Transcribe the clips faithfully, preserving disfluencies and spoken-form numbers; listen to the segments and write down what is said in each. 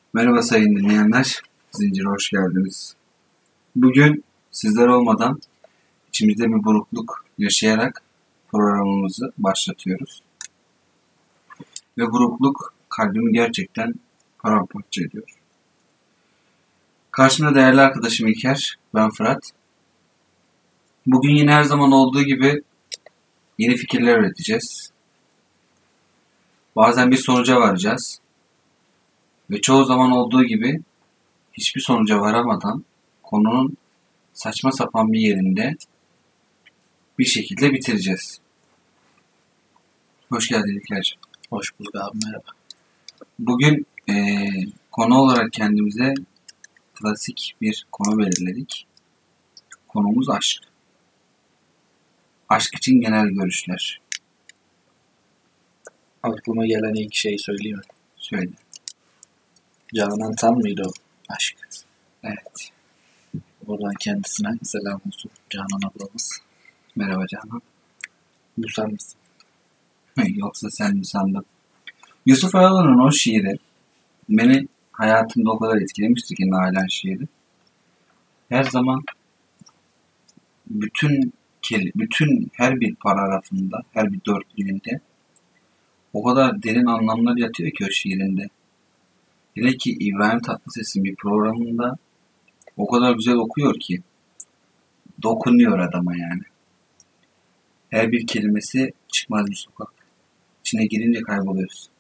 Merhaba sayın dinleyenler, Zincir'e hoş geldiniz. Bugün sizler olmadan içimizde bir burukluk yaşayarak programımızı başlatıyoruz. Ve burukluk kalbimi gerçekten paramparça ediyor. Karşımda değerli arkadaşım İlker, ben Fırat. Bugün yine her zaman olduğu gibi yeni fikirler üreteceğiz. Bazen bir sonuca varacağız. Ve çoğu zaman olduğu gibi hiçbir sonuca varamadan konunun saçma sapan bir yerinde bir şekilde bitireceğiz. Hoş geldin İlker'cim. Hoş bulduk abi, merhaba. Bugün e, konu olarak kendimize klasik bir konu belirledik. Konumuz aşk. Aşk için genel görüşler. Aklıma gelen ilk şeyi söyleyeyim mi? Söyle. Canan Tan mıydı o aşk? Evet. Buradan kendisine selam olsun Canan ablamız. Merhaba Canan. Bu sen misin? Yoksa sen mi sandın? Yusuf Ayalı'nın o şiiri beni hayatımda o kadar etkilemiştir ki, Nalan şiiri. Her zaman bütün bütün her bir paragrafında, her bir dörtlüğünde o kadar derin anlamlar yatıyor ki o şiirinde. Hele ki İbrahim Tatlıses'in bir programında o kadar güzel okuyor ki dokunuyor adama yani. Her bir kelimesi çıkmaz bir sokak. İçine girince kayboluyoruz.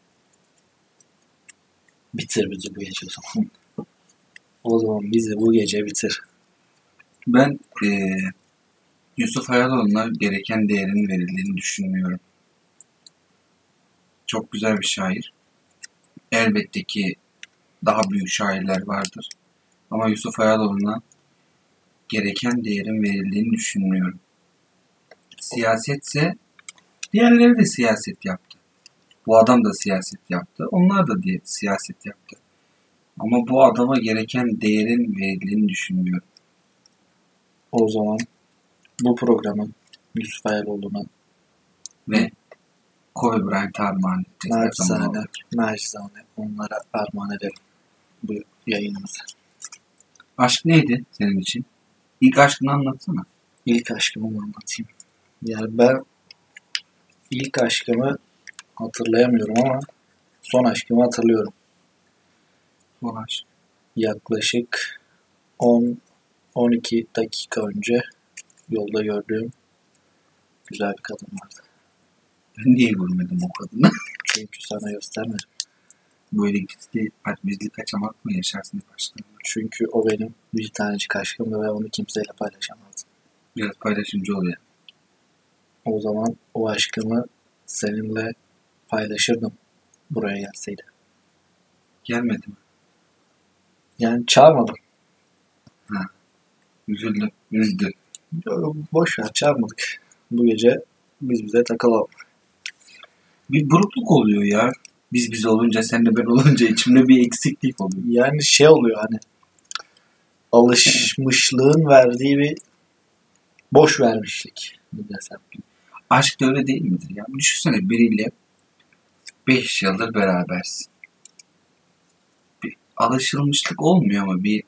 Bitir bizi bu gece o zaman. O zaman bizi bu gece bitir. Ben e, Yusuf Hayaloğlu'na gereken değerin verildiğini düşünmüyorum. Çok güzel bir şair. Elbette ki daha büyük şairler vardır. Ama Yusuf Hayaloğlu'na gereken değerin verildiğini düşünmüyorum. Siyasetse diğerleri de siyaset yaptı. Bu adam da siyaset yaptı. Onlar da diye siyaset yaptı. Ama bu adama gereken değerin verildiğini düşünmüyorum. O zaman bu programın Yusuf Ayaloğlu'na Ve Kobe Bryant'a armağan edeceğiz. naçizane, naçizane onlara armağan edelim bu yayınımızı. Aşk neydi senin için? İlk aşkını anlatsana. İlk aşkımı mı anlatayım? Yani ben ilk aşkımı hatırlayamıyorum ama son aşkımı hatırlıyorum. Son aşk. Yaklaşık on on iki dakika önce yolda gördüğüm güzel bir kadın vardı. Ben niye görmedim o kadını? Çünkü sana göstermedim. Böyle gizli, gizli kaçamak mı yaşarsın başkanım? Çünkü o benim bir tanecik aşkımdı ve onu kimseyle paylaşamazdım. Biraz paylaşımcı ol ya. O zaman o aşkımı seninle paylaşırdım buraya gelseydi. Gelmedi mi? Yani çağırmadım. Ha. Üzüldüm. Üzdü. Boş ver, çağırmadık. Bu gece biz bize takılalım. Bir burukluk oluyor ya. Biz biz olunca, sen de ben olunca içimde bir eksiklik oluyor. Yani şey oluyor hani alışmışlığın verdiği bir boş vermişlik. Ne desem. Aşk da öyle değil midir ya? Düşünsene, biriyle beş yıldır berabersin. Bir alışılmışlık olmuyor ama bir,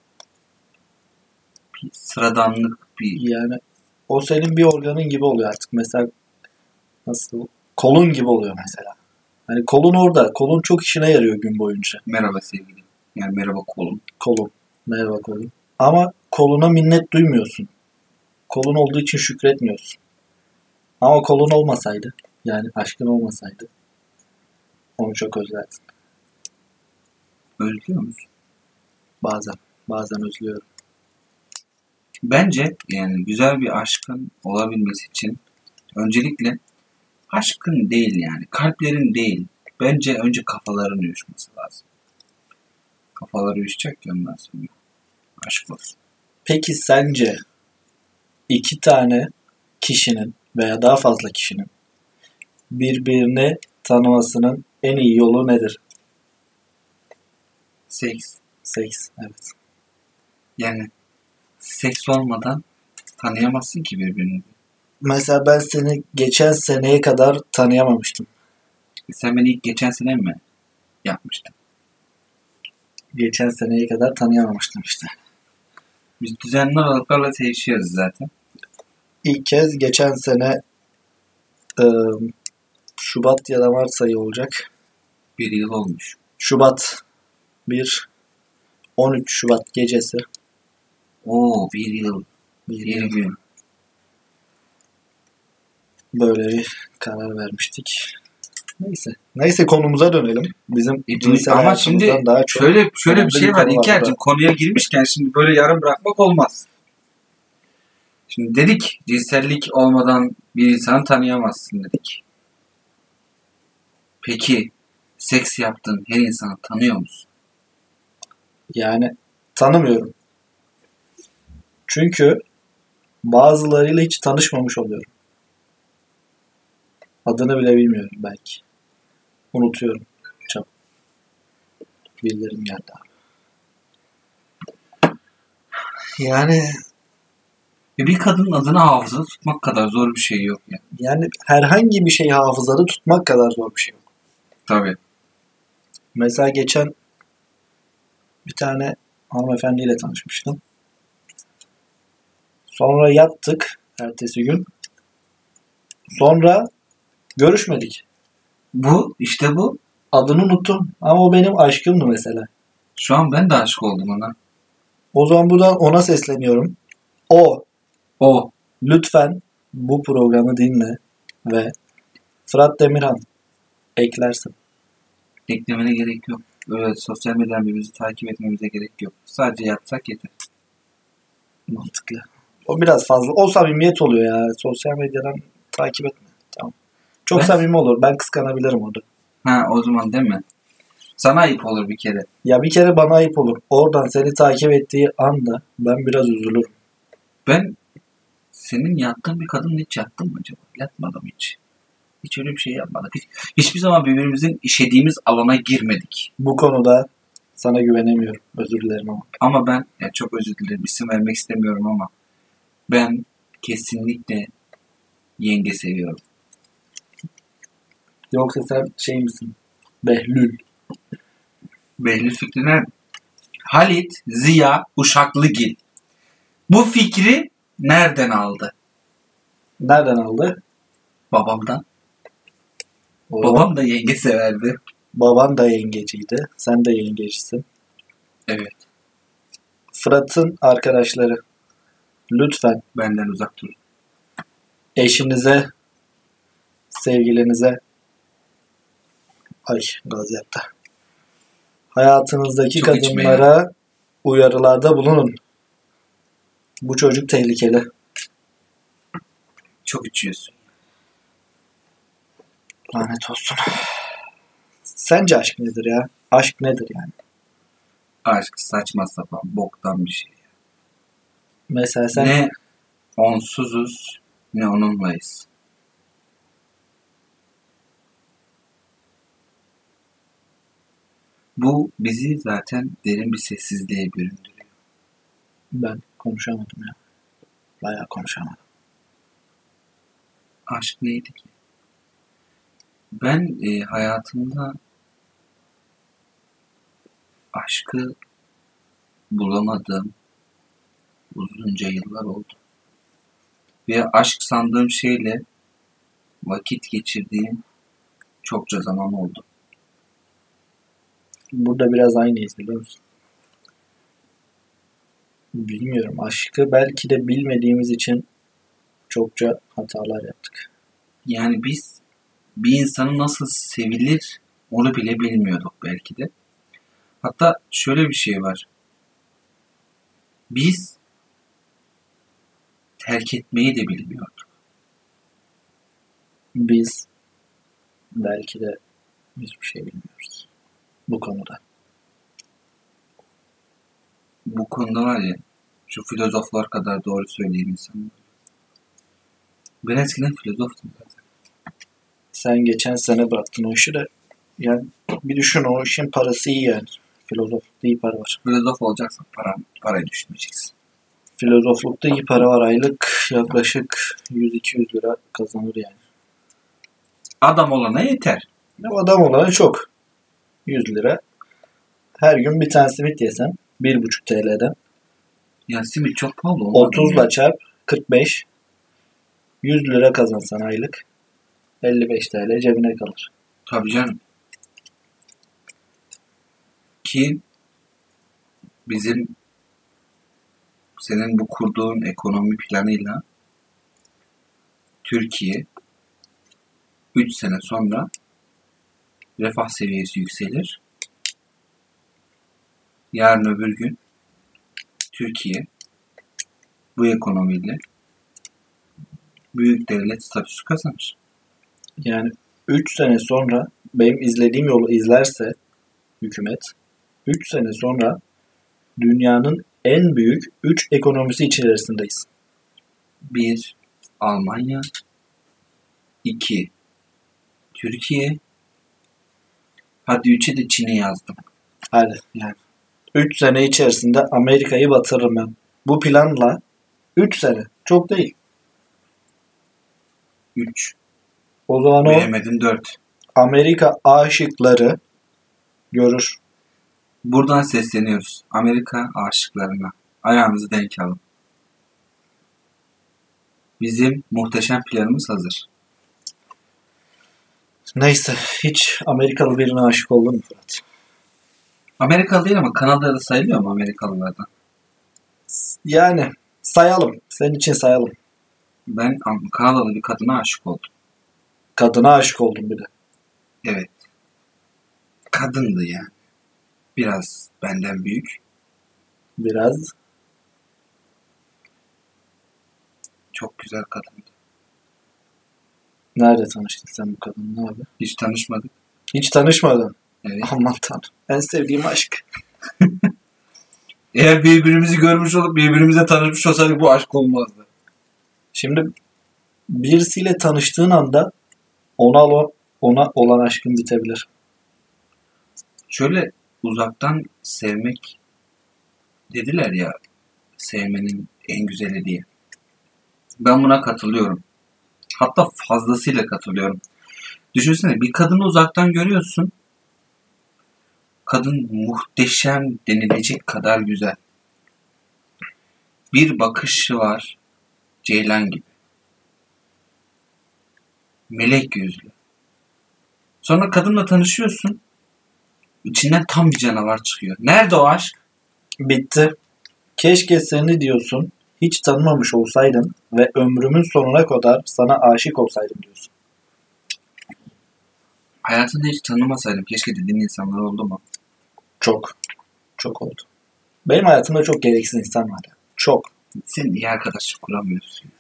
bir sıradanlık, bir... Yani o senin bir organın gibi oluyor artık. Mesela nasıl? Kolun gibi oluyor mesela. Hani kolun orada. Kolun çok işine yarıyor gün boyunca. Merhaba sevgilim. Yani merhaba kolum. Kolun. Merhaba kolun. Ama koluna minnet duymuyorsun. Kolun olduğu için şükretmiyorsun. Ama kolun olmasaydı, yani aşkın olmasaydı onu çok özlerdin. Özlüyor musun? Bazen. Bazen özlüyorum. Bence yani güzel bir aşkın olabilmesi için öncelikle aşkın değil, yani kalplerin değil. Bence önce kafaların uyuşması lazım. Kafalar uyuşacak ki ondan sonra aşk olsun. Peki sence iki tane kişinin veya daha fazla kişinin birbirini tanımasının en iyi yolu nedir? Seks. Seks. Evet. Yani seks olmadan tanıyamazsın ki birbirini. Mesela ben seni geçen seneye kadar tanıyamamıştım. Sen beni ilk geçen sene mi yapmıştın? geçen seneye kadar tanıyamamıştım işte. Biz düzenli aralıklarla değişiyoruz zaten. İlk kez geçen sene e, Şubat ya da Mart ayı olacak. Bir yıl olmuş. Şubat bir on üç Şubat gecesi. Oo bir yıl. Bir Bir yıl. gün. Böyle bir karar vermiştik. Neyse. Neyse konumuza dönelim. Bizim E, cinsel ama hayatımızdan şimdi daha çok şöyle şöyle bir önemli şey bir var. konu var İlker'cim burada. konuya girmişken şimdi böyle yarım bırakmak olmaz. Şimdi dedik cinsellik olmadan bir insanı tanıyamazsın dedik. Peki seks yaptığın her insanı tanıyor musun? Yani tanımıyorum. Çünkü bazılarıyla hiç tanışmamış oluyorum. Adını bile bilmiyorum belki. Unutuyorum. Çabuk. Bildirim geldi abi. Yani Ve bir kadının adını hafızada tutmak kadar zor bir şey yok ya. yani herhangi bir şeyi hafızada tutmak kadar zor bir şey yok. Tabii. Mesela geçen bir tane hanımefendiyle tanışmıştım. Sonra yattık ertesi gün. Sonra görüşmedik. Bu işte bu. Adını unuttum ama o benim aşkımdı mesela. Şu an ben de aşık oldum ona. O zaman buradan ona sesleniyorum. O O. lütfen bu programı dinle ve Fırat Demirhan eklersin. Eklemene gerek yok. Böyle sosyal medyadan birbirimizi takip etmemize gerek yok. Sadece yapsak yeter. Mantıklı. O biraz fazla. O samimiyet oluyor ya. Sosyal medyadan takip etme. Tamam. Çok Ben- samimi olur. Ben kıskanabilirim orada. Ha o zaman değil mi? Sana ayıp olur bir kere. Ya bir kere bana ayıp olur. Oradan seni takip ettiği anda ben biraz üzülürüm. Ben senin yattığın bir kadınla hiç yattım mı acaba? Yatmadım hiç. Hiç öyle bir şey yapmadık. Hiç, hiçbir zaman birbirimizin işediğimiz alana girmedik. Bu konuda sana güvenemiyorum. Özür dilerim ama. Ama ben, yani çok özür dilerim isim vermek istemiyorum ama ben kesinlikle yenge seviyorum. Yoksa sen şey misin? Behlül. Behlül fikrine Halit Ziya Uşaklıgil. Bu fikri nereden aldı? Nereden aldı? Babamdan. O Babam da yenge severdi. Baban da yengeciydi. Sen de yengecisin. Evet. Fırat'ın arkadaşları lütfen Benden uzak durun. eşinize, sevgilinize ay gaz yaptı. Hayatınızdaki Çok içme kadınlara uyarılarda bulunun. Bu çocuk tehlikeli. Çok içiyorsun. Lanet olsun. Sence aşk nedir ya? Aşk nedir yani? Aşk saçma sapan boktan bir şey. Mesela sen Ne onsuzuz ne onunlayız. Bu bizi zaten derin bir sessizliğe büründürüyor. ben konuşamadım ya. Bayağı konuşamadım. Aşk neydi ki? Ben e, hayatımda aşkı bulamadığım uzunca yıllar oldu. Ve aşk sandığım şeyle vakit geçirdiğim çokça zaman oldu. Burada biraz aynıyız biliyor musun? Bilmiyorum. Aşkı belki de bilmediğimiz için çokça hatalar yaptık. Yani biz bir insanın nasıl sevilir onu bile bilmiyorduk belki de. Hatta şöyle bir şey var. Biz terk etmeyi de bilmiyorduk. Biz belki de hiçbir şey bilmiyoruz bu konuda. Bu konuda var ya şu filozoflar kadar doğru söyleyen insanlar. Ben eskiden filozoftum zaten. Sen geçen sene bıraktın o işi de yani bir düşün o işin parası iyi yani. Filozof iyi para var. Filozof olacaksan para, parayı düşünmeyeceksin. Filozoflukta iyi para var. Aylık yaklaşık yüz iki yüz lira kazanır yani. Adam olana yeter. Ya adam olana çok. yüz lira Her gün bir tane simit yesem bir buçuk T L'den. Ya simit çok pahalı olmadı otuz mı ya? ile çarp kırk beş. yüz lira kazansan aylık. elli beş T L cebine kalır. Tabii canım. Ki bizim senin bu kurduğun ekonomi planıyla Türkiye üç sene sonra refah seviyesi yükselir. Yarın öbür gün Türkiye bu ekonomiyle büyük devlet statüsü kazanır. Yani üç sene sonra benim izlediğim yolu izlerse hükümet üç sene sonra dünyanın en büyük üç ekonomisi içerisindeyiz. Bir Almanya, iki Türkiye, hadi üçe de Çin'i yazdım. Hadi yani üç sene içerisinde Amerika'yı batırırım ben. Bu planla üç sene. Çok değil. Üç. O zaman o Bilemedin dört. Amerika aşıkları görür. Buradan sesleniyoruz Amerika aşıklarına. Ayağınızı denk alın. Bizim muhteşem planımız hazır. Neyse hiç Amerikalı birine aşık oldun mu Fırat? Amerikalı değil ama Kanada'da sayılıyor mu Amerikalılardan? Yani sayalım. Senin için sayalım. Ben Kanadalı bir kadına aşık oldum. Kadına aşık oldum bir de. Evet. Kadındı yani. Biraz benden büyük. Biraz. Çok güzel kadındı. Nerede tanıştın sen bu kadınla abi? Hiç tanışmadık. Hiç tanışmadın. Evet. Aman tanrım. En sevdiğim aşk. Eğer birbirimizi görmüş olup birbirimize tanışmış olsaydık bu aşk olmazdı. Şimdi birisiyle tanıştığın anda ona, ona olan aşkın bitebilir. Şöyle uzaktan sevmek dediler ya, sevmenin en güzeli diye. Ben buna katılıyorum. Hatta fazlasıyla katılıyorum. Düşünsene, bir kadını uzaktan görüyorsun. Kadın muhteşem denilecek kadar güzel. Bir bakışı var, ceylan gibi. Melek yüzlü. Sonra kadınla tanışıyorsun. İçinden tam bir canavar çıkıyor. Nerede o aşk? Bitti. Keşke seni diyorsun hiç tanımamış olsaydım ve ömrümün sonuna kadar sana aşık olsaydım diyorsun. Hayatında hiç tanımasaydım keşke dediğin insanlar oldu mu? Çok. Çok oldu. Benim hayatımda çok gereksiz insan var ya. Çok. Sen iyi arkadaşlık kuramıyorsun.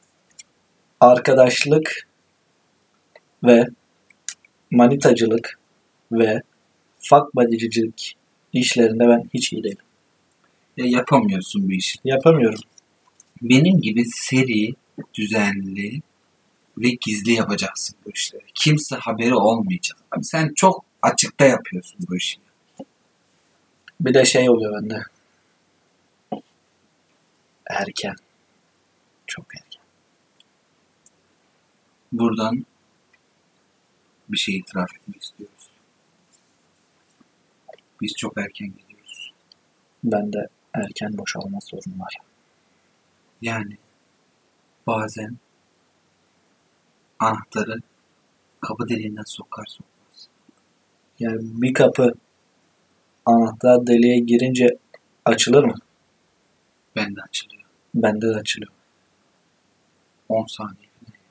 Arkadaşlık ve manitacılık ve fuck buddy'cilik işlerinde ben hiç iyi değilim. Ya yapamıyorsun bu işi. Yapamıyorum. Benim gibi seri, düzenli ve gizli yapacaksın bu işleri. Kimse haberi olmayacak. Abi sen çok açıkta yapıyorsun bu işi. Bir de şey oluyor bende. Erken. Çok erken. Buradan bir şey itiraf etmek istiyoruz. Biz çok erken gidiyoruz. Bende erken boşalma sorunu var. Yani bazen anahtarı kapı deliğinden sokar sokmaz. Yani bir kapı anahtar deliğe girince açılır mı? Bende açılıyor. Bende de açılıyor. on saniye.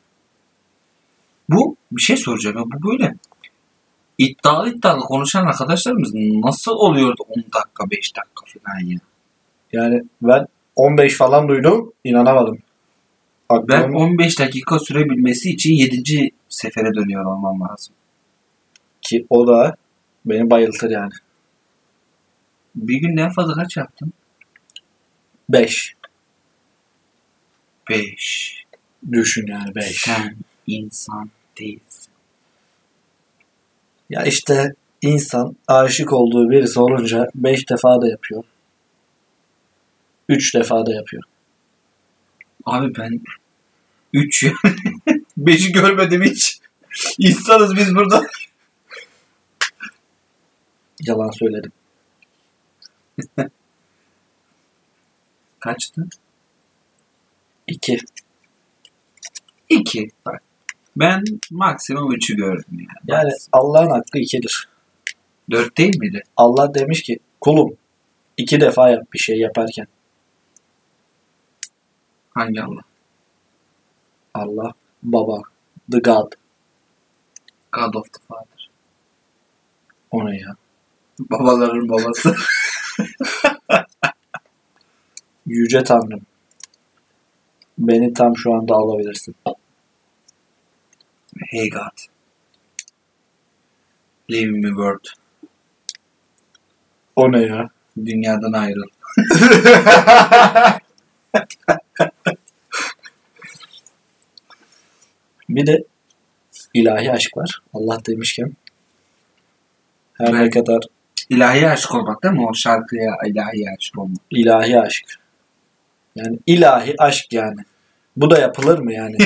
Bu bir şey soracağım ya. Bu böyle iddialı iddialı konuşan arkadaşlarımız nasıl oluyordu on dakika beş dakika falan ya. Yani ben on beş falan duydum. İnanamadım. Aklım... Ben on beş dakika sürebilmesi için yedinci sefere dönüyor olmam lazım. Ki o da beni bayıltır yani. Bir gün en fazla kaç yaptın? beş. beş. Düşün yani beş. Sen insan değilsin. Ya işte insan aşık olduğu birisi olunca beş defa da yapıyor. üç defa da yapıyor. Abi ben üç beşi görmedim hiç. İnsanız biz burada. Yalan söyledim. Kaçtı? İki. İki. Bak. Ben maksimum üçü gördüm yani. Yani Allah'ın hakkı ikidir. Dört değil miydi? Allah demiş ki kulum iki defa yap bir şey yaparken. Hangi Allah? Allah, baba, the God. God of the Father. O ne ya? Babaların babası. Yüce Tanrım. Beni tam şu anda alabilirsin. Hey God. Leave me word. O ne ya? Dünyadan ayrıl. Bir de ilahi aşk var. Allah demişken her Ben- ne kadar İlahi aşk olmak değil mi? O şarkıya ilahi aşk olmak. ilahi aşk. Yani ilahi aşk yani. Bu da yapılır mı yani?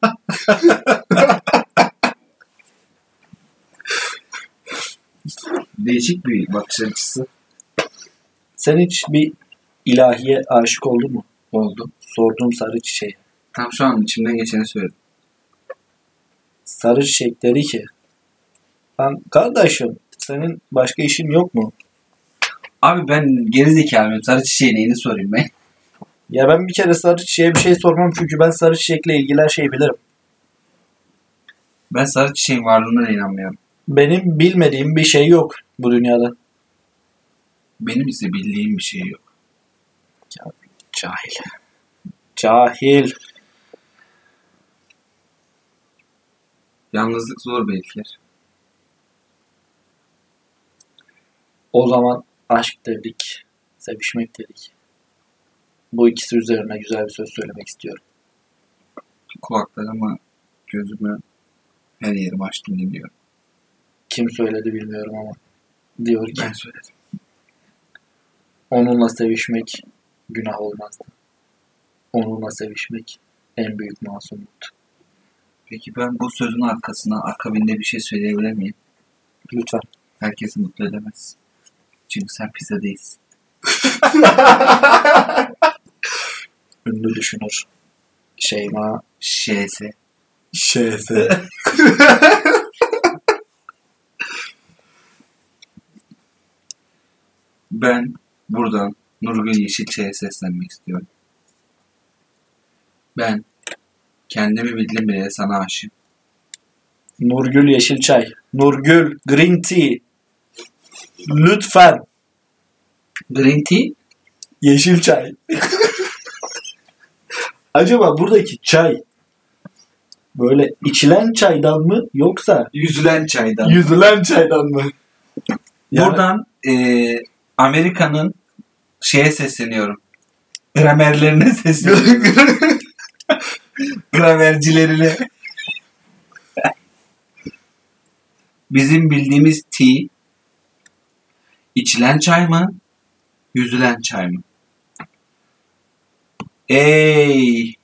Değişik bir bakış açısı Sen hiç bir ilahiye aşık oldun mu? oldu. Sorduğum sarı çiçeğe. Tam şu an içimden geçeni söyledim. Sarı çiçek dedi ki lan kardeşim senin başka işin yok mu? Abi ben gerizekalıyım. Sarı çiçeği neyini sorayım ben? Ya ben bir kere sarı çiçeğe bir şey sormam çünkü ben sarı çiçekle ilgili her şeyi bilirim. Ben sarı çiçeğin varlığına da inanmıyorum. Benim bilmediğim bir şey yok bu dünyada. Benim ise bildiğim bir şey yok. Cahil. Cahil. Yalnızlık zor belkiler. O zaman aşk dedik, sevişmek dedik. Bu ikisi üzerine güzel bir söz söylemek istiyorum. Kulaklarımı, gözümü, her yerimi açtım dinliyorum. Kim söyledi bilmiyorum ama diyor ki Ben söyledim. onunla sevişmek günah olmazdı. Onunla sevişmek en büyük masumluktu. Peki ben bu sözün arkasına, akabinde bir şey söyleyebilir miyim? Lütfen. Herkesi mutlu edemez. Çünkü sen pizza değilsin. Ünlü düşünür. Şeyma Ş'si. Ş'si. Ben buradan Nurgül Yeşilçay'a seslenmek istiyorum. Ben kendimi bildim bile sana aşığım. Nurgül Yeşilçay. Nurgül Green Tea. Lütfen. Green tea? Yeşil çay. Acaba buradaki çay böyle içilen çaydan mı yoksa Yüzülen çaydan. yüzülen çaydan mı? Yani- Buradan eee, Amerika'nın şeye sesleniyorum. Gramerlerine sesleniyorum. Gramercilerine. Bizim bildiğimiz tea içilen çay mı? Yüzülen çay mı? Ey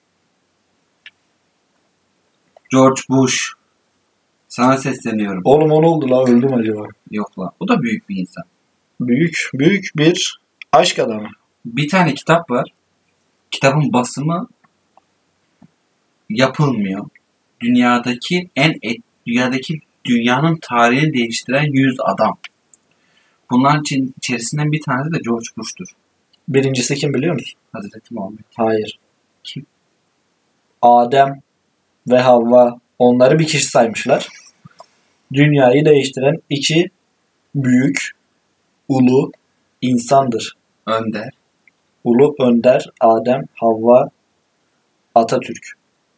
George Bush, sana sesleniyorum. Oğlum o ne oldu la, öldüm acaba? Yok la, o da büyük bir insan. Büyük, büyük bir aşk adamı. Bir tane kitap var. Kitabın basımı yapılmıyor. Dünyadaki en et, dünyadaki dünyanın tarihini değiştiren yüz adam. Bunların için içerisinden bir tanesi de George Bush'tur. Birincisi kim biliyor musun? Hazreti Muhammed. Hayır. Kim? Adem ve Havva, onları bir kişi saymışlar. Dünyayı değiştiren iki büyük, ulu insandır. Önder. Ulu önder Adem, Havva, Atatürk.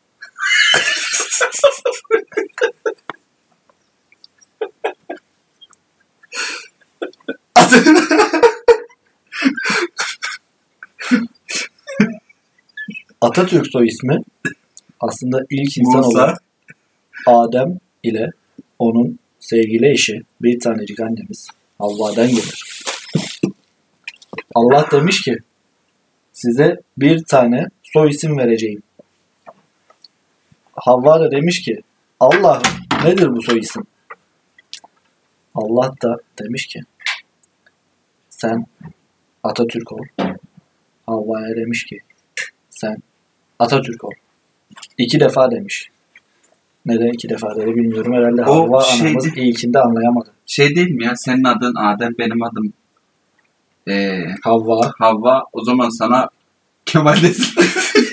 Atatürk soy ismi aslında ilk insan Musa. olan Adem ile onun sevgili eşi bir tanecik annemiz Havva'dan gelir. Allah demiş ki size bir tane soy isim vereceğim. Havva da demiş ki Allah'ım nedir bu soy isim? Allah da demiş ki sen Atatürk ol. Havva'ya demiş ki sen Atatürk ol. İki defa demiş. Neden iki defa dedi bilmiyorum. Herhalde O Havva şeydi. anamız ilkinde anlayamadı. Şey değil mi ya? Senin adın Adem, benim adım ee, Havva. Havva. O zaman sana Kemal desin.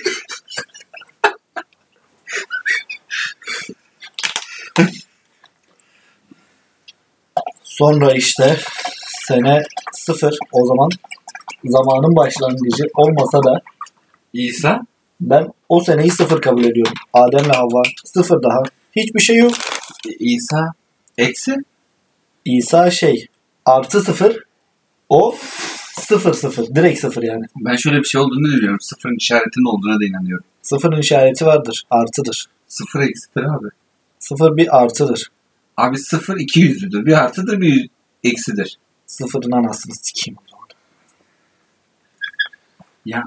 Sonra işte sene sıfır. O zaman zamanın başlangıcı olmasa da İsa. ben o seneyi sıfır kabul ediyorum. Adem'le Havva sıfır daha. Hiçbir şey yok. İsa eksi. İsa şey artı sıfır. O sıfır sıfır. Direkt sıfır yani. Ben şöyle bir şey olduğunu biliyorum. Sıfırın işaretinin olduğuna da inanıyorum. Sıfırın işareti vardır. Artıdır. Sıfır eksidir abi. Sıfır bir artıdır. Abi sıfır iki yüzlüdür. Bir artıdır, bir yüz, eksidir. Sıfırın anasını sikeyim o zaman. Ya.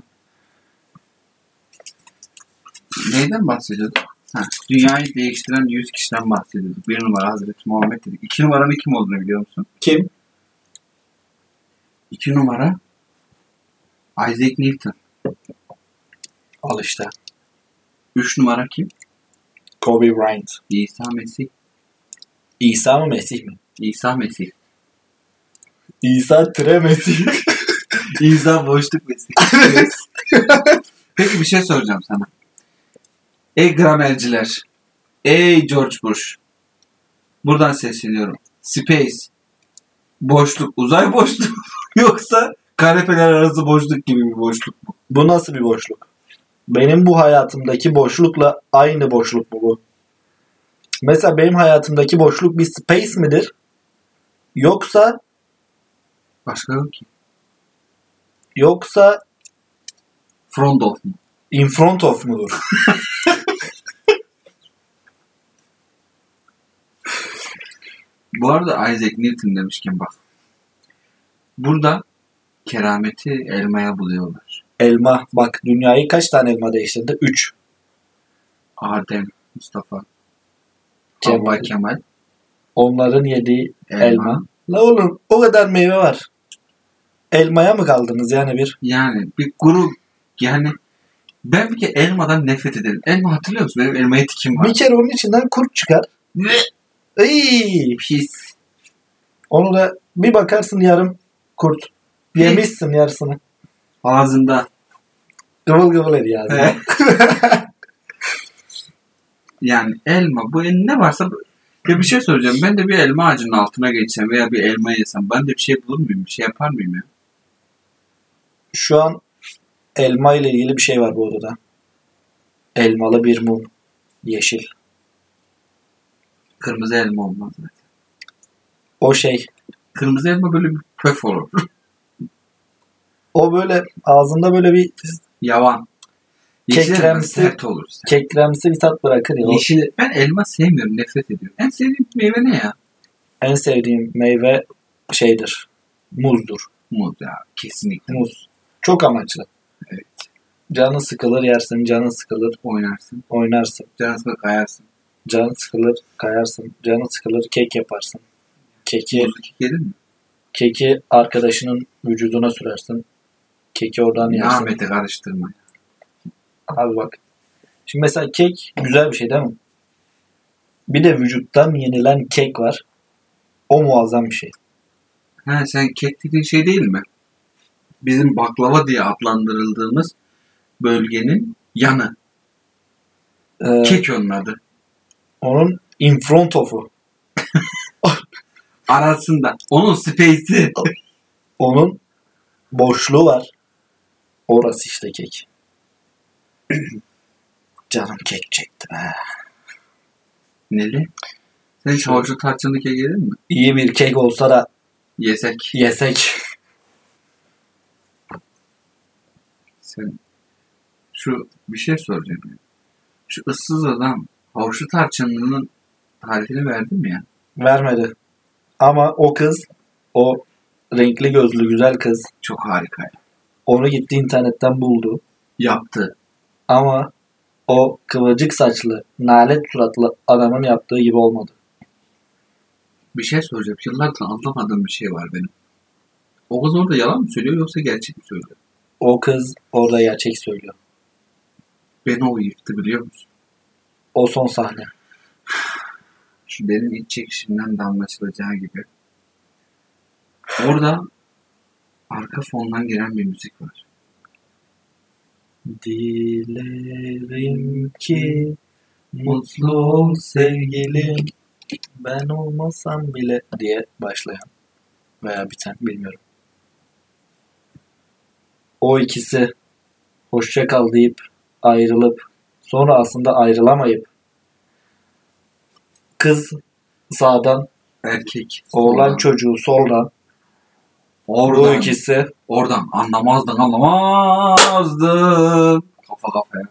Neyden bahsediyorduk? Ha, dünyayı değiştiren yüz kişiden bahsediyorduk. Bir numara Hazreti Muhammed dedik. İki numaranın kim olduğunu biliyor musun? Kim? İki numara Isaac Newton. Al işte. Üç numara kim? Kobe Bryant. İsa Mesih. İsa mı Mesih mi? İsa Mesih. İsa tire Mesih. İsa boşluk Mesih. Peki bir şey soracağım sana. Ey gramerciler. Ey George Bush. Buradan sesleniyorum. Space. Boşluk. Uzay boşluk. Yoksa kanepeler arası boşluk gibi bir boşluk mu? Bu nasıl bir boşluk? Benim bu hayatımdaki boşlukla aynı boşluk mu bu? Mesela benim hayatımdaki boşluk bir space midir? Yoksa Başka yok ki. yoksa Front of mu? in front of mudur? Bu arada Isaac Newton demişken bak. Burada kerameti elmaya buluyorlar. Elma. Bak dünyayı kaç tane elma değiştirdi? Üç. Adem, Mustafa, Kemal. Havva, Kemal. Onların yediği elma. Elma. La oğlum o kadar meyve var. Elmaya mı kaldınız yani bir? Yani bir grup, yani ben bir kere elmadan nefret ederim. Elma hatırlıyor musun? Benim elmaya tikim var. Bir kere onun içinden kurt çıkar. Iy, Pis. onu da bir bakarsın yarım kurt. Yemişsin yarısını. Ağzında. Gıvıl gıvıl ediyor ağzına. Yani elma, bu ne varsa. Ya bir şey soracağım. Ben de bir elma ağacının altına geçsem veya bir elma yesem ben de bir şey bulur muyum? Bir şey yapar mıyım ya? Şu an elma ile ilgili bir şey var bu odada. Elmalı bir mum. Yeşil. Kırmızı elma olmaz zaten. O şey. Kırmızı elma böyle bir pöf olur. O böyle ağzında böyle bir Yavan. Yeşil elma Kekremsi- sert olur. Sert. kekremsi bir tat bırakır ya. O Yeşil, ben elma sevmiyorum, nefret ediyorum. En sevdiğim meyve ne ya? en sevdiğim meyve şeydir. Muzdur. Muz ya, kesinlikle. Muz. Çok amaçlı. Evet. Canın sıkılır yersin, canın sıkılır Oynarsın, oynarsın. canın sıkılır kayarsın. Canın sıkılır kayarsın. Canın sıkılır kek yaparsın. Keki, Muzlu kek yedin mi? keki arkadaşının vücuduna sürersin. Keki oradan yersin. Ahmet'i karıştırma. Abi bak. Şimdi mesela kek güzel bir şey değil mi? Bir de vücuttan yenilen kek var. O muazzam bir şey. Ha, sen kek dediğin şey değil mi? Bizim baklava diye adlandırıldığımız bölgenin yanı. Ee, Kek onun adı. onun in front of'u. Arasında. Onun space'i. Onun boşluğu var. Orası işte kek. Canım kek çekti be. Neli? Sen hiç havuçlu tarçınlı kek yedin mi? İyi bir kek olsa da Yesek. yesek. Sen şu bir şey soracağım ya. Şu ıssız adam havuçlu tarçınlının tarifini verdi mi ya? Vermedi. Ama o kız, o renkli gözlü güzel kız Çok harika ya. onu gitti internetten buldu. Yaptı. Ama o kıvırcık saçlı, nalet suratlı adamın yaptığı gibi olmadı. Bir şey soracağım. Yıllardır anlamadığım bir şey var benim. O kız orada yalan mı söylüyor yoksa gerçek mi söylüyor? O kız orada gerçek söylüyor. Beni o yıktı biliyor musun? O son sahne. Şu derin iç çekişimden de anlaşılacağı gibi. Orada arka fondan gelen bir müzik var. Dilerim ki mutlu ol sevgilim, ben olmasam bile diye başlayan veya biten bilmiyorum. O ikisi hoşça kal deyip ayrılıp sonra aslında ayrılamayıp kız sağdan, Erkek. oğlan soldan. çocuğu soldan, Oradan, bu ikisi oradan anlamazdın anlamazdın. Kafa kafaya.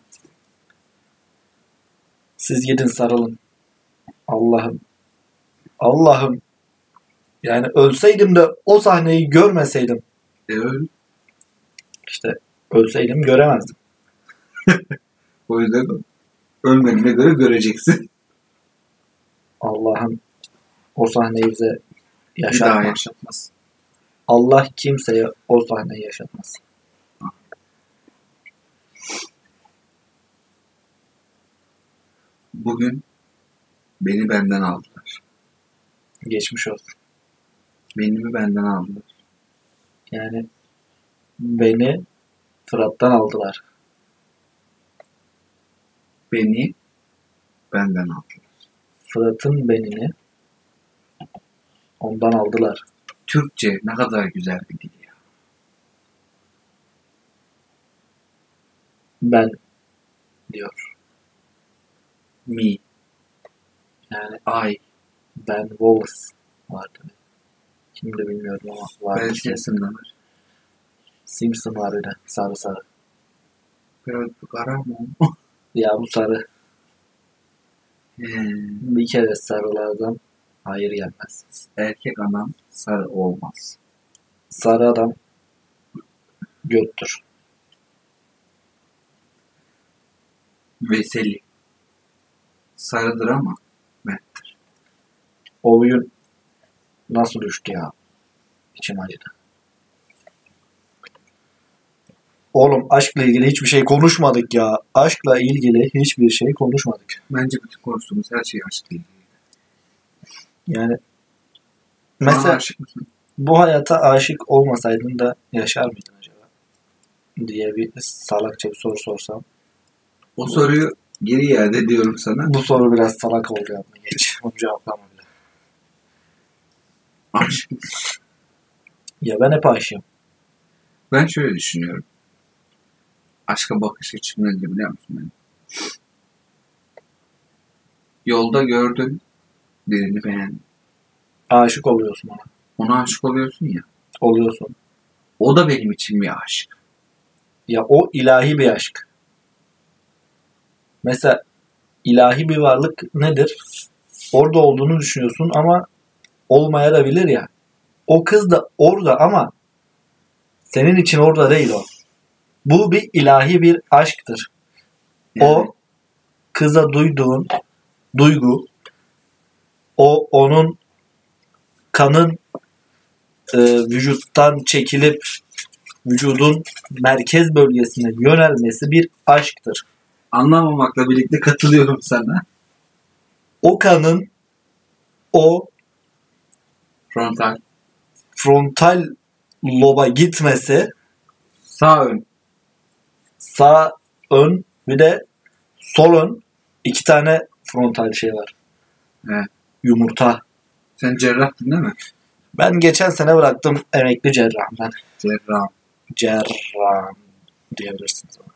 siz gidin sarılın. Allah'ım. Allah'ım. Yani ölseydim de o sahneyi görmeseydim. E öyle. İşte ölseydim göremezdim. O yüzden ölmediğine göre göreceksin. Allah'ım o sahneyi bize Bir daha yaşatma. yaşatmaz. Allah kimseye o sahneyi yaşatmaz. Bugün beni benden aldılar. Geçmiş olsun. Benimi benden aldılar. Yani beni Fırat'tan aldılar. Beni benden aldılar. Fırat'ın benini ondan aldılar. Türkçe ne kadar güzel bir dil ya. Ben diyor. Me, Yani I, Ben Wallace vardı. Kimdi bilmiyorum ama vardı. ben kesin. Simpson'dan var. Simpson var öyle. Sarı sarı. Biraz karam mı? Ya bu sarı. He, Bir kere sarılardan hayır gelmez. erkek adam sarı olmaz. Sarı adam göttür. Veseli. Sarıdır ama merttir. O oyun nasıl düştü ya? İçim acıdı. Oğlum aşkla ilgili hiçbir şey konuşmadık ya. Aşkla ilgili hiçbir şey konuşmadık. Bence bütün konuştuğumuz her şey aşkla ilgili. Yani Bana mesela aşık mısın? bu hayata aşık olmasaydın da yaşar mıydın acaba? Diye bir salakça bir soru sorsam. O soruyu geri iade ediyorum sana. Bu soru biraz salak oldu ya. Geç. Bunu cevaplama bile. Aşık mısın? Ya ben hep aşığım. Ben şöyle düşünüyorum. Aşka bakış açım nedir biliyor musun benim? Yolda gördün, birini beğendin. Aşık oluyorsun ona. Ona aşık oluyorsun ya. Oluyorsun. O da benim için bir aşk. Ya o ilahi bir aşk. Mesela ilahi bir varlık nedir? Orada olduğunu düşünüyorsun ama olmayabilir ya. O kız da orada ama senin için orada değil o. Bu bir ilahi bir aşktır. Yani O kıza duyduğun duygu, o onun kanın e, vücuttan çekilip vücudun merkez bölgesine yönelmesi bir aşktır. anlamamakla birlikte katılıyorum sana. O kanın o Frontal. frontal loba gitmesi, Sağ ön. sağ ön bir de sol ön, iki tane frontal şey var. He. Yumurta. Sen cerrahtın değil mi? Ben geçen sene bıraktım emekli cerrahım ben. Cerrah. Cerrah diyebilirsiniz ona.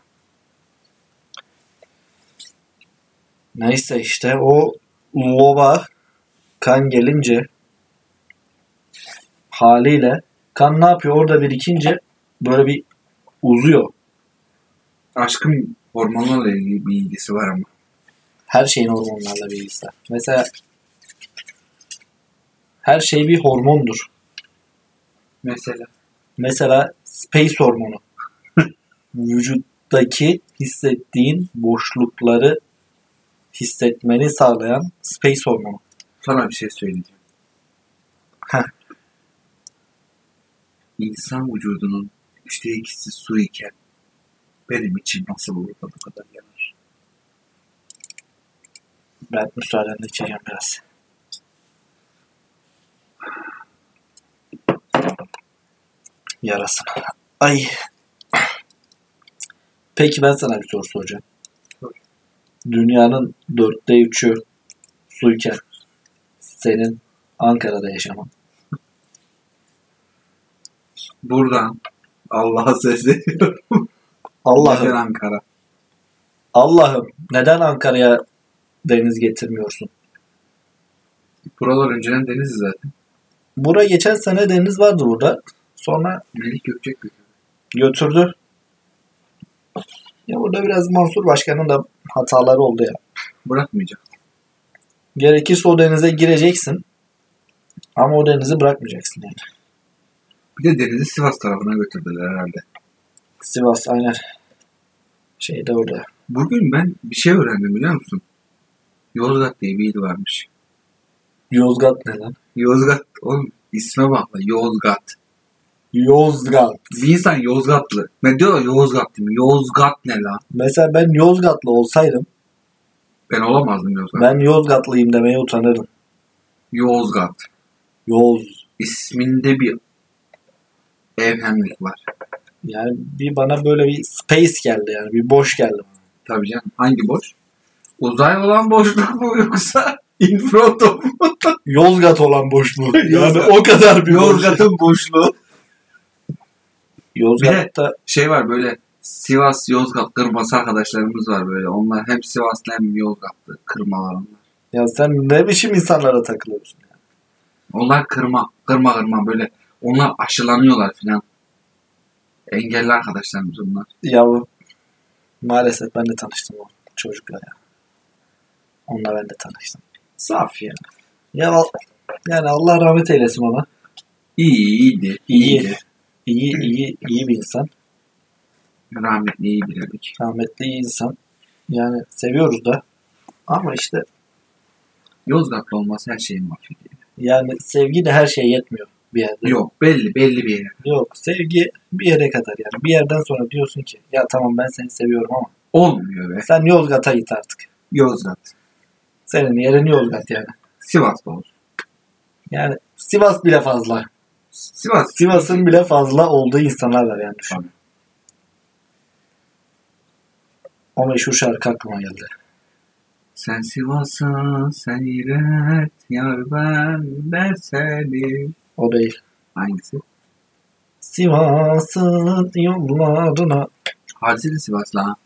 Neyse işte o loba kan gelince haliyle kan ne yapıyor? Orada birikince böyle bir uzuyor. Aşkın hormonlarla ilgili bir ilgisi var ama. Her şeyin hormonlarla bir ilgisi var. Mesela her şey bir hormondur. Mesela. Mesela space hormonu. Vücuttaki hissettiğin boşlukları hissetmeni sağlayan space hormonu. Sana bir şey söyleyeceğim. Heh. İnsan vücudunun üçte ikisi su iken benim içim nasıl olur da bu kadar yanar? Ben müsaadenle içeceğim biraz. Yarasın. Ay. Peki ben sana bir soru soracağım. Dünyanın dörtte üçü suyken senin Ankara'da yaşaman. Buradan Allah'a sesleniyorum. Neden Allah'ım, Ankara? Allah'ım neden Ankara'ya deniz getirmiyorsun? Buralar önceden denizdi zaten. Bura geçen sene deniz vardı burada. Sonra Melih Gökçek götürdü. götürdü. Ya burada biraz Mansur Başkan'ın da hataları oldu ya. Bırakmayacak. Gerekirse o denize gireceksin. Ama o denizi bırakmayacaksın yani. Bir de denizi Sivas tarafına götürdüler herhalde. Sivas aynen. Şeyde orada. Bugün ben bir şey öğrendim biliyor musun? Yozgat diye bir il varmış. Yozgat ne lan? Yozgat oğlum isme bak lan Yozgat. Yozgat. Bir insan Yozgatlı. Ne diyor Yozgat değil mi? Yozgat ne lan? Mesela ben Yozgatlı olsaydım Ben olamazdım Yozgat. ben Yozgatlıyım demeye utanırım. Yozgat. Yoz. İsminde bir evhemlik var. Yani bir bana böyle bir space geldi yani. Bir boş geldi bana. Tabii canım. Hangi boş? Uzay olan boşluk mu yoksa infrato mu? Yozgat olan boşluğu. Yani Yozgat. o kadar bir boşluk. Yozgat'ın boşluğu. Yozgat'ta Şey var böyle Sivas, Yozgat kırması arkadaşlarımız var böyle. Onlar hem Sivaslı hem Yozgatlı kırmalar onlar. ya sen ne biçim insanlara takılıyorsun? Yani? Onlar kırma, kırma kırma böyle. Onlar aşılanıyorlar filan. Engelli arkadaşlarımız onlar. Ya bu- maalesef ben de tanıştım o çocukla ya. Onunla ben de tanıştım. Saf ya. Ya al- yani Allah rahmet eylesin ona. İyi, iyiydi. İyi. iyiydi. İyi iyi iyi bir insan. Rahmetli iyiydi dedik. Rahmetli iyi insan. Yani seviyoruz da. Ama işte Yozgatlı olması her şeyin mahvediyor. yani sevgi de her şeye yetmiyor bir yerde. Yok belli belli bir yere. Yok sevgi bir yere kadar yani. Bir yerden sonra diyorsun ki ya tamam ben seni seviyorum ama Olmuyor be. sen Yozgat'a git artık. Yozgat. Senin yerin Yozgat yani. Sivas'ta olur. Yani Sivas bile fazla. Sivas. Sivas'ın bile fazla olduğu insanlar var yani düşün. Tabii. O meşhur şarkı aklıma geldi. Sen Sivas'a seyret yar ben de seni. O değil. Hangisi? Sivas'ın yollarına Hadiseli Sivaslı ha.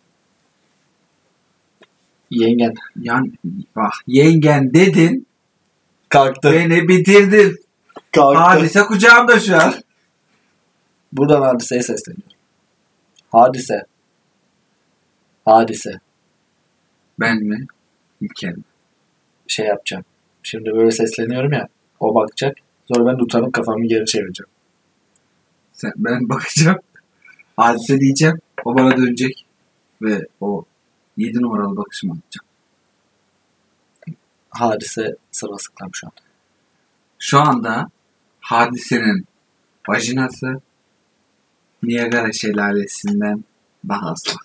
yengen Yani bak yengen dedin kalktı. beni bitirdin. Kalktı. Hadise kucağımda şu an. Buradan hadiseye sesleniyorum. Hadise. Hadise. Ben mi? İlker mi? Şey yapacağım. Şimdi böyle sesleniyorum ya. O bakacak. Sonra ben de utanıp kafamı geri çevireceğim. Sen, ben bakacağım. Hadise diyeceğim. O bana dönecek. Ve o yedi numaralı bakışımı atacağım. Hadise sırılsıklam şu an. Şu anda hadisenin vajinası Niagara şelalesinden daha ıslak.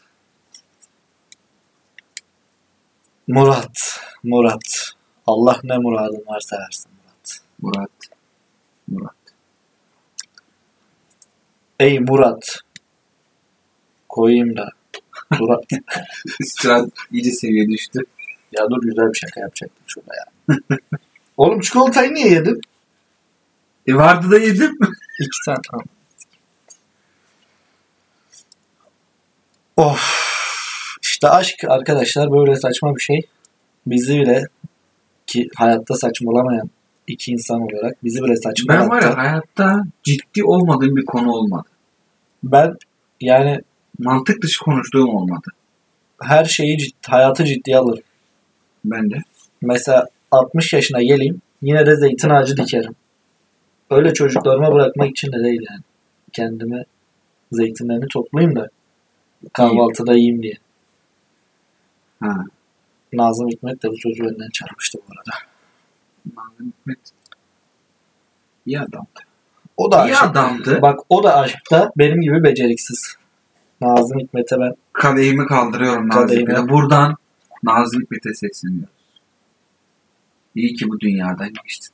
Murat. Murat. Allah ne muradın varsa versin Murat. Murat. Murat. Ey Murat. Koyayım da. Murat. Şu an iyice seviye düştü. Ya dur güzel bir şaka yapacaktım şurada ya. Oğlum çikolatayı niye yedin? E vardı da yedim. İki tane tamam. Of. İşte aşk arkadaşlar böyle saçma bir şey. Bizi bile ki hayatta saçmalamayan iki insan olarak bizi bile Ben saçmalattı. var ya hayatta ciddi olmadığım bir konu olmadı. Ben yani Mantık dışı konuştuğum olmadı. her şeyi ciddi, hayatı ciddiye alırım. Ben de. Mesela altmış yaşına geleyim yine de zeytin ağacı dikerim. Öyle çocuklarıma bırakmak için de değil yani. Kendime zeytinlerini toplayayım da kahvaltıda yiyeyim diye. Ha. Nazım Hikmet de bu sözü benden çalmıştı bu arada. Nazım Hikmet. İyi adamdı. O da İyi aşık. adamdı. Bak o da aşkta benim gibi beceriksiz. Nazım Hikmet'e ben Kadehimi kaldırıyorum Nazım Kadehimi. Hikmet'e. Buradan Nazım Hikmet'e sesleniyoruz. İyi ki bu dünyadan geçtin.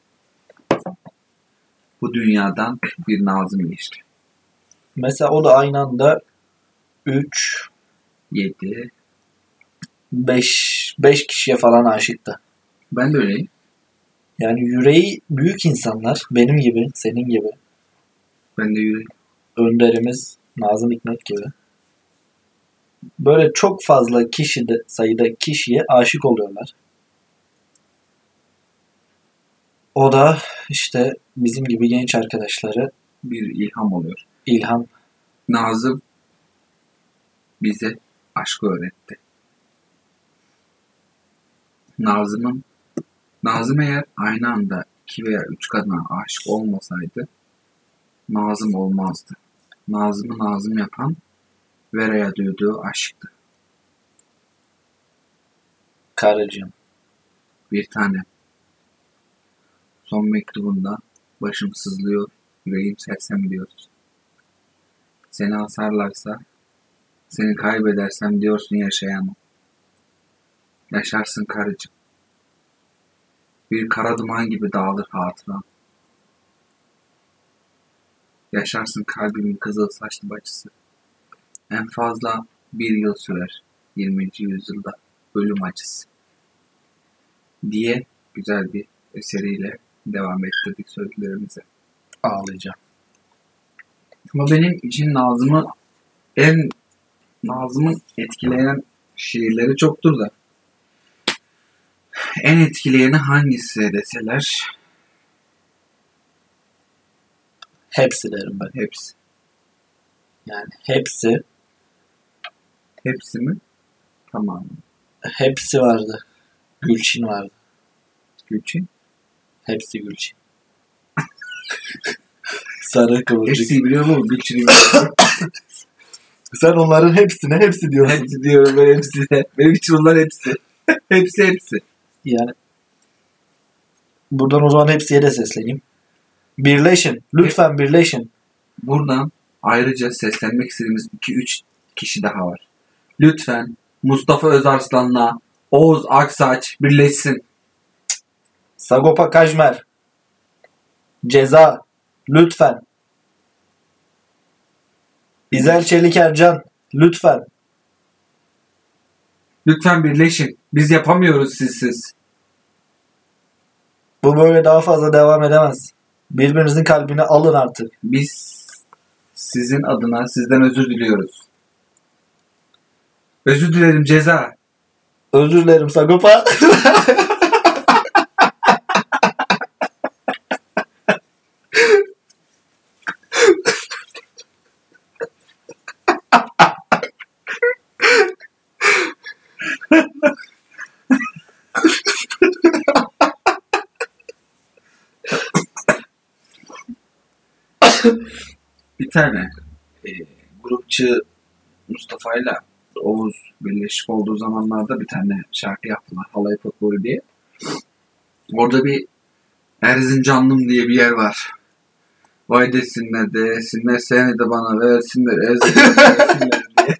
Bu dünyadan bir Nazım geçti. mesela o da aynı anda üç Yedi. beş beş kişiye falan aşıktı. Ben de öyleyim. Yani yüreği büyük insanlar benim gibi, senin gibi, Ben de yüreğim. önderimiz Nazım Hikmet gibi. Böyle çok fazla kişi de, sayıda kişiye aşık oluyorlar. O da işte bizim gibi genç arkadaşları Bir ilham oluyor. ilham. Nazım bize aşkı öğretti. Nazım'ın Nazım eğer aynı anda iki veya üç kadına aşık olmasaydı Nazım olmazdı. Nazım'ı Nazım yapan Vera'ya duyduğu aşktı. Karıcığım. Bir tane. Son mektubunda başım sızlıyor, yüreğim sersem diyorsun. Seni asarlarsa, seni kaybedersem diyorsun yaşayamam. Yaşarsın karıcığım. Bir kara duman gibi dağılır hatıran. Yaşarsın kalbimin kızıl saçlı bacısı. En fazla bir yıl sürer yirminci yüzyılda ölüm acısı. Diye güzel bir eseriyle devam ettirdik sözlerimize. Ağlayacağım. Ama benim için Nazım'ı en Nazım'ın etkileyen şiirleri çoktur da en etkileyeni hangisi deseler Hepsi derim ben. hepsi. Yani hepsi. Hepsi mi? Tamam. Hepsi vardı. Gülçin vardı. Gülçin. Hepsi Gülçin. Sarı kıvırcık. Hepsi biliyor mu? Gülçin'i biliyorum. Sen onların hepsine hepsi diyorsun. Hepsi diyorum ben hepsine. Benim için onlar hepsi. hepsi hepsi. Yani buradan o zaman hepsiye de sesleneyim. Birleşin. Lütfen birleşin. Buradan ayrıca seslenmek istediğimiz iki üç kişi daha var. Lütfen Mustafa Özarslan'la Oğuz Aksaç birleşsin. Sagopa Kajmer. Ceza. Lütfen. İzel Çelik Ercan. Lütfen. Lütfen birleşin. Biz yapamıyoruz sizsiz. Bu böyle daha fazla devam edemez. Birbirinizin kalbini alın artık. Biz sizin adına sizden özür diliyoruz. Özür dilerim Ceza. Özür dilerim Sagopa. Bir tane e, grupçı Mustafa'yla Oğuz birleşik olduğu zamanlarda bir tane şarkı yaptılar. Halay Futbolu diye. Orada bir Erzincanlım diye bir yer var. Vay desinler de desinler seni de bana versinler Erzincan versinler diye.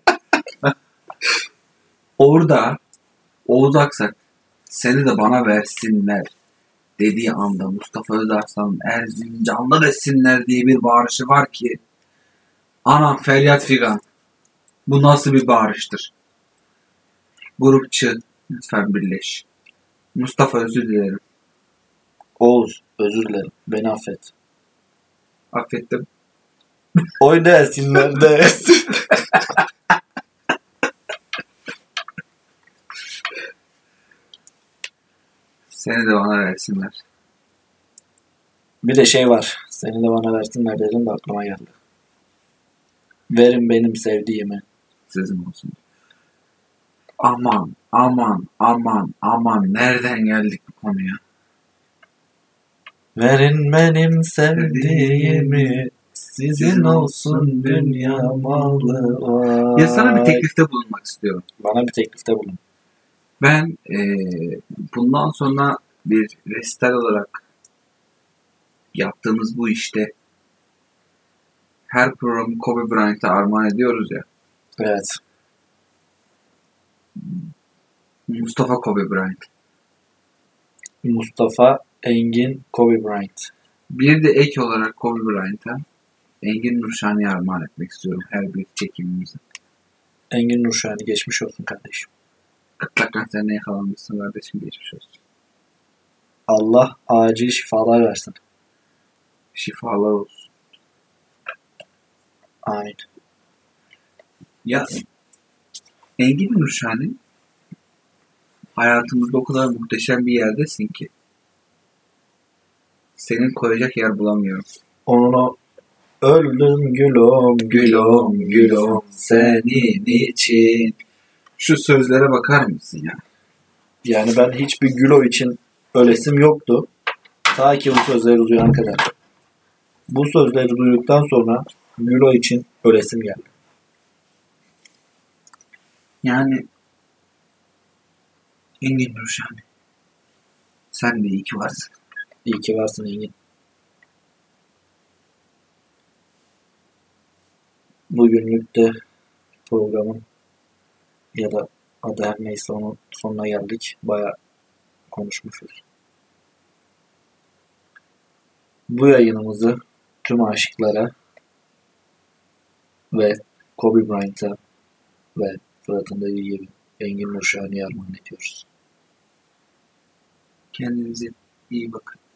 Orada Oğuz Aksak seni de bana versinler dediği anda Mustafa Özarslan'ın Erzincanlı desinler diye bir bağırışı var ki anam feryat figan. Bu nasıl bir bağırıştır? Grupçı lütfen birleş. Mustafa özür dilerim. Oğuz özür dilerim. Beni affet. Affettim. Oy desinler desin. Seni de bana versinler. Bir de şey var. Seni de bana versinler dedim de aklıma geldi. Verin benim sevdiğimi. Sizin olsun. Aman, aman, aman, aman. Nereden geldik bu konuya? Verin benim sevdiğimi. Sizin olsun dünya malı var. Ya sana bir teklifte bulunmak istiyorum. Bana bir teklifte bulun. Ben eee, bundan sonra bir resital olarak yaptığımız bu işte her programı Kobe Bryant'a armağan ediyoruz ya. Evet. Mustafa Kobe Bryant. Mustafa Engin Kobe Bryant. Bir de ek olarak Kobe Bryant'a Engin Nurşani'ye armağan etmek istiyorum her bir çekimimizi. Engin Nurşani geçmiş olsun kardeşim. Gırtlak kanserine yakalanmışsın kardeşim, geçmiş olsun. Allah acil şifalar versin. Şifalar olsun. Amin. Ya Engin Nurşani, hayatımızda o kadar muhteşem bir yerdesin ki senin koyacak yer bulamıyorum. Onun o öldüm gülüm gülüm gülüm senin için. Şu sözlere bakar mısın ya? Yani ben hiçbir Gülo için ölesim yoktu. Ta ki bu sözleri duyana kadar. Bu sözleri duyduktan sonra Gülo için ölesim geldi. Yani Engin Nurşani, sen de iyi ki varsın. İyi ki varsın Engin. Bugünlük de programın ya da adı her neyse onun sonuna geldik. Bayağı konuşmuşuz. Bu yayınımızı tüm aşıklara ve Kobe Bryant'a ve Fırat'ın dediği gibi Engin Nurşani'ye armağan ediyoruz. Kendinize iyi bakın.